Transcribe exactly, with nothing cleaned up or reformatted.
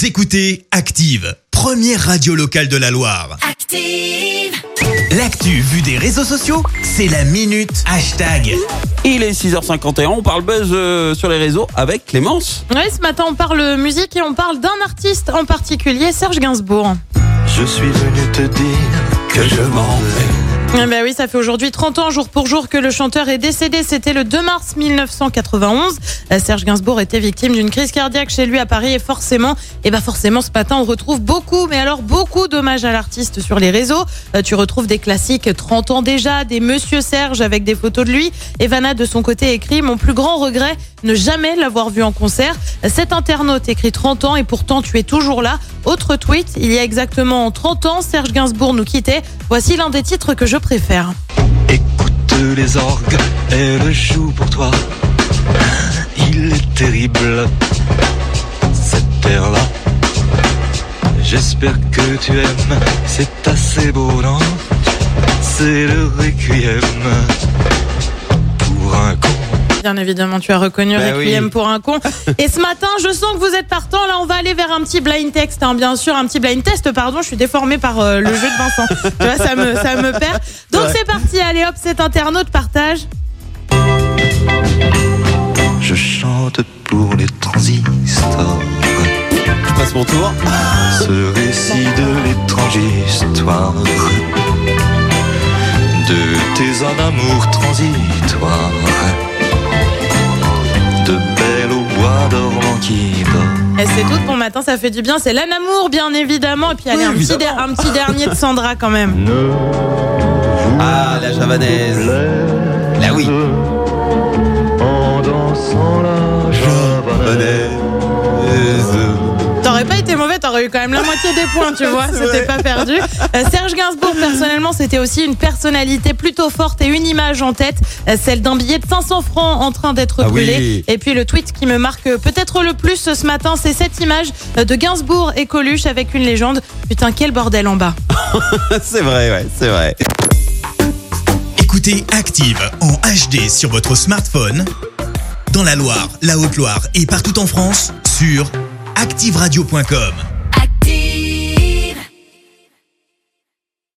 Vous écoutez Active, première radio locale de la Loire. Active. L'actu vue des réseaux sociaux, c'est la minute hashtag. Il est six heures cinquante et un, on parle buzz euh, sur les réseaux avec Clémence. Oui, ce matin, on parle musique et on parle d'un artiste en particulier, Serge Gainsbourg. Je suis venu te dire que je m'en vais. Eh ben oui, ça fait aujourd'hui trente ans, jour pour jour, que le chanteur est décédé. C'était le deux mars mille neuf cent quatre-vingt-onze. Serge Gainsbourg était victime d'une crise cardiaque chez lui à Paris et forcément, et ben forcément, ce matin, on retrouve beaucoup, mais alors beaucoup d'hommages à l'artiste sur les réseaux. Tu retrouves des classiques trente ans déjà, des Monsieur Serge avec des photos de lui. Evana, de son côté, écrit « Mon plus grand regret, ne jamais l'avoir vu en concert ». Cet internaute écrit trente ans et pourtant tu es toujours là. Autre tweet, il y a exactement trente ans, Serge Gainsbourg nous quittait. Voici l'un des titres que je préfère. Écoute les orgues, elle joue pour toi. Il est terrible, cet air-là. J'espère que tu aimes, c'est assez beau, non? C'est le requiem pour un con. Bien évidemment, tu as reconnu bah Requiem oui. pour un con. Et ce matin, je sens que vous êtes partant. Là, on va aller vers un petit blind test, hein, bien sûr, un petit blind test. Pardon, je suis déformée par euh, le jeu de Vincent. Tu vois, ça me, ça me perd. Donc Ouais. c'est parti. Allez hop, cet internaute partage. Je chante pour les transistors. Je passe mon tour. Ce récit de l'étrange histoire de tes ans d'amour transitoire, de belles au bois dormant qui dort. Et c'est tout pour matin, ça fait du bien. C'est l'Anamour, bien évidemment. Et puis allez, Oui, un, petit évidemment. der- un petit dernier de Sandra quand même. Ne Ah, la javanaise. Là oui. en dansant la javanaise. T'aurais pas été mauvais, t'aurais eu quand même la moitié des points, tu vois. C'est C'était vrai. pas perdu. Euh, Serge Gainsbourg, personnellement, c'était aussi une personnalité plutôt forte et une image en tête, euh, celle d'un billet de cinq cents francs en train d'être Ah brûlé. oui. Et puis le tweet qui me marque peut-être le plus ce matin, c'est cette image de Gainsbourg et Coluche avec une légende. Putain, quel bordel en bas. C'est vrai, ouais, c'est vrai. Écoutez Active en H D sur votre smartphone, dans la Loire, la Haute-Loire et partout en France, sur active radio point com.